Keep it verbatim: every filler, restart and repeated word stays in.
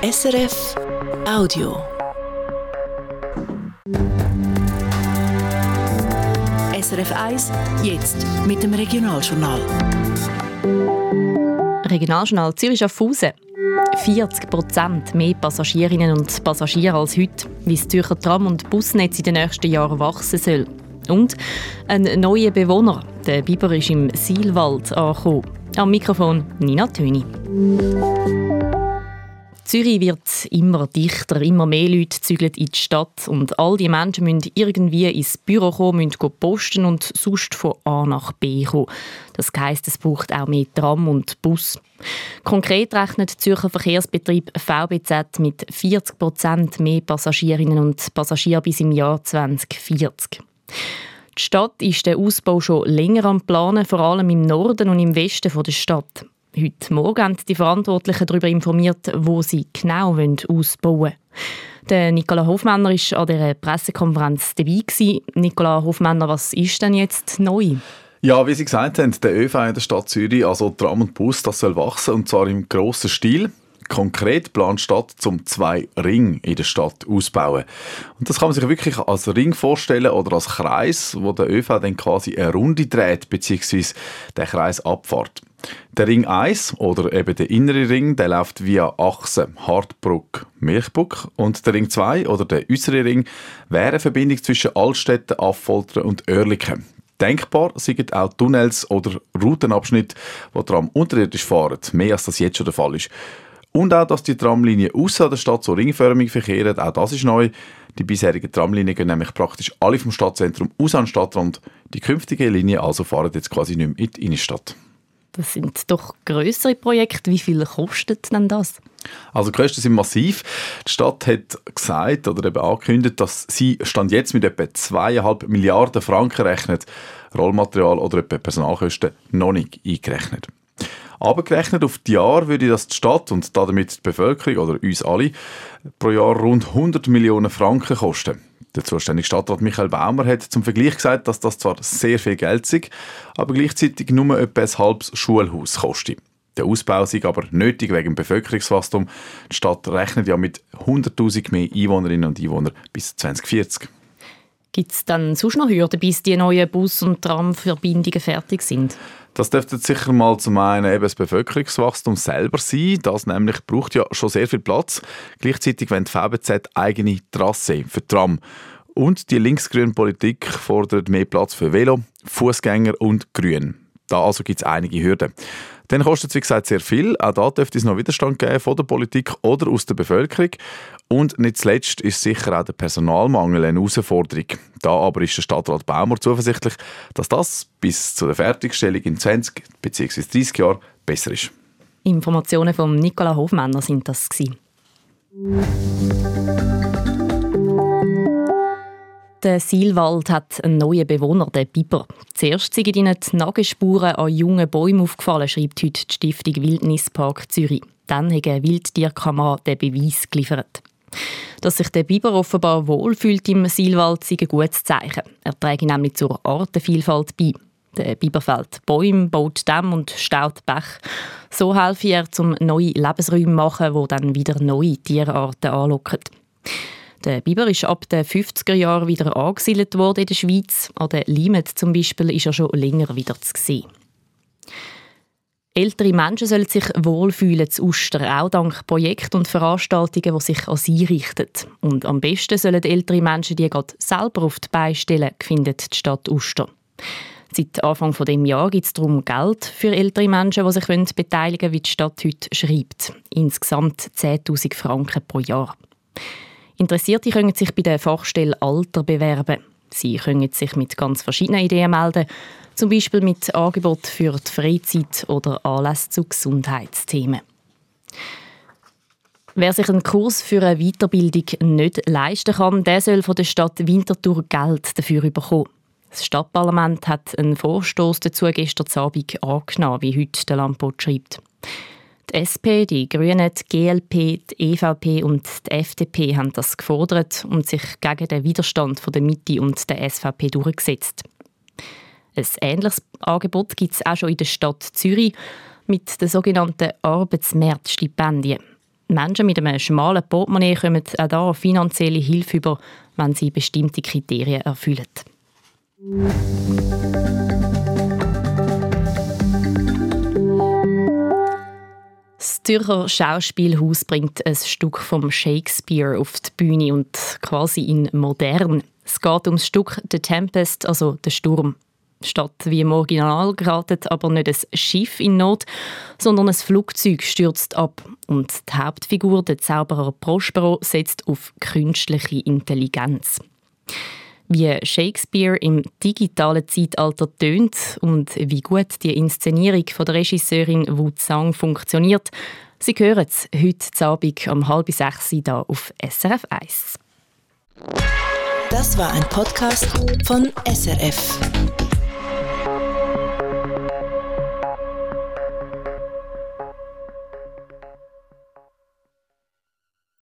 S R F Audio. S R F eins, jetzt mit dem Regionaljournal. Regionaljournal Zürich-Schaffhausen. vierzig Prozent mehr Passagierinnen und Passagiere als heute, wie das Zürcher Tram- und Busnetz in den nächsten Jahren wachsen soll. Und ein neuer Bewohner, der Biber, ist im Silwald angekommen. Am Mikrofon Nina Töni. Zürich wird immer dichter, immer mehr Leute zügeln in die Stadt und all die Menschen müssen irgendwie ins Büro kommen, müssen posten und sonst von A nach B kommen. Das heisst, es braucht auch mehr Tram und Bus. Konkret rechnet der Zürcher Verkehrsbetrieb V B Z mit vierzig Prozent mehr Passagierinnen und Passagieren bis im Jahr zwanzig vierzig. Die Stadt ist den Ausbau schon länger am Planen, vor allem im Norden und im Westen der Stadt. Heute Morgen haben die Verantwortlichen darüber informiert, wo sie genau ausbauen wollen. Der Nicola Hofmänner war an dieser Pressekonferenz dabei. Nicola Hofmänner, was ist denn jetzt neu? Ja, wie Sie gesagt haben, der ÖV in der Stadt Zürich, also Tram und Bus, das soll wachsen, und zwar im grossen Stil. Konkret plant die Stadt, um zwei Ringe in der Stadt auszubauen. Und das kann man sich wirklich als Ring vorstellen oder als Kreis, wo der ÖV dann quasi eine Runde dreht bzw. den Kreis abfährt. Der Ring eins oder eben der innere Ring, der läuft via Achse Hartbruck-Milchbuck, und der Ring zwei oder der äußere Ring wäre eine Verbindung zwischen Altstätten, Affoltern und Oerlikon. Denkbar sind auch Tunnels oder Routenabschnitte, die Tram unterirdisch fahren, mehr als das jetzt schon der Fall ist. Und auch, dass die Tramlinien ausser der Stadt so ringförmig verkehren, auch das ist neu. Die bisherigen Tramlinien gehen nämlich praktisch alle vom Stadtzentrum aus an den Stadtrand. Die künftigen Linien also fahren jetzt quasi nicht mehr in die Innenstadt. Das sind doch grössere Projekte. Wie viel kostet denn das? Also die Kosten sind massiv. Die Stadt hat gesagt oder eben angekündigt, dass sie Stand jetzt mit etwa zweieinhalb Milliarden Franken rechnet. Rollmaterial oder etwa Personalkosten noch nicht eingerechnet. Abgerechnet auf die Jahre würde das die Stadt und damit die Bevölkerung oder uns alle pro Jahr rund hundert Millionen Franken kosten. Der zuständige Stadtrat Michael Baumer hat zum Vergleich gesagt, dass das zwar sehr viel Geld ist, aber gleichzeitig nur etwa ein halbes Schulhaus kostet. Der Ausbau sei aber nötig wegen dem Bevölkerungswachstum. Die Stadt rechnet ja mit hunderttausend mehr Einwohnerinnen und Einwohnern bis zwanzig vierzig. Gibt es dann sonst noch Hürden, bis die neuen Bus- und Tramverbindungen fertig sind? Das dürfte sicher mal zum einen eben das Bevölkerungswachstum selber sein. Das nämlich braucht ja schon sehr viel Platz. Gleichzeitig wollen die V B Z eigene Trasse für Tram. Und die linksgrüne Politik fordert mehr Platz für Velo, Fußgänger und Grün. Da also gibt es einige Hürden. Dann kostet es, wie gesagt, sehr viel. Auch da dürfte es noch Widerstand geben von der Politik oder aus der Bevölkerung. Und nicht zuletzt ist sicher auch der Personalmangel eine Herausforderung. Da aber ist der Stadtrat Baumer zuversichtlich, dass das bis zur Fertigstellung in zwanzig bzw. dreißig Jahren besser ist. Informationen von Nicola Hofmänner sind das gewesen. Der Silwald hat einen neuen Bewohner, den Biber. Zuerst sind ihnen die Nagelspuren an jungen Bäumen aufgefallen, schreibt heute die Stiftung Wildnispark Zürich. Dann hat eine Wildtierkamera den Beweis geliefert. Dass sich der Biber offenbar wohlfühlt im Silwald, ist ein gutes Zeichen. Er trägt nämlich zur Artenvielfalt bei. Der Biber fällt Bäume, baut Dämme und staut Bäche. So helfe er, um neue Lebensräume zu machen, die dann wieder neue Tierarten anlocken. Der Biber ist ab den fünfziger Jahren wieder angesiedelt worden in der Schweiz. An der Limit zum Beispiel ist er schon länger wieder zu sehen. Ältere Menschen sollen sich wohlfühlen zu Ostern, auch dank Projekten und Veranstaltungen, die sich an sie richten. Und am besten sollen ältere Menschen die gerade selber auf die Beine stellen, findet die Stadt Uster. Seit Anfang dieses Jahres gibt es darum Geld für ältere Menschen, die sich beteiligen wollen, wie die Stadt heute schreibt. Insgesamt zehntausend Franken pro Jahr. Interessierte können sich bei der Fachstelle Alter bewerben. Sie können sich mit ganz verschiedenen Ideen melden, zum Beispiel mit Angeboten für die Freizeit oder Anlässe zu Gesundheitsthemen. Wer sich einen Kurs für eine Weiterbildung nicht leisten kann, der soll von der Stadt Winterthur Geld dafür bekommen. Das Stadtparlament hat einen Vorstoss dazu gestern Abend angenommen, wie heute der Lampot schreibt. Die S P, die Grünen, die G L P, die E V P und die F D P haben das gefordert und sich gegen den Widerstand von der Mitte und der S V P durchgesetzt. Ein ähnliches Angebot gibt es auch schon in der Stadt Zürich mit den sogenannten Arbeitsmarktstipendien. Menschen mit einem schmalen Portemonnaie kommen auch da finanzielle Hilfe über, wenn sie bestimmte Kriterien erfüllen. Das Zürcher Schauspielhaus bringt ein Stück vom Shakespeare auf die Bühne und quasi in modern. Es geht um das Stück «The Tempest», also «Der Sturm». Statt wie im Original geratet aber nicht ein Schiff in Not, sondern ein Flugzeug stürzt ab. Und die Hauptfigur, der Zauberer Prospero, setzt auf künstliche Intelligenz. Wie Shakespeare im digitalen Zeitalter tönt und wie gut die Inszenierung von der Regisseurin Wu Zhang funktioniert, Sie hören es heute Abend um halb sechs hier auf S R F eins. Das war ein Podcast von S R F.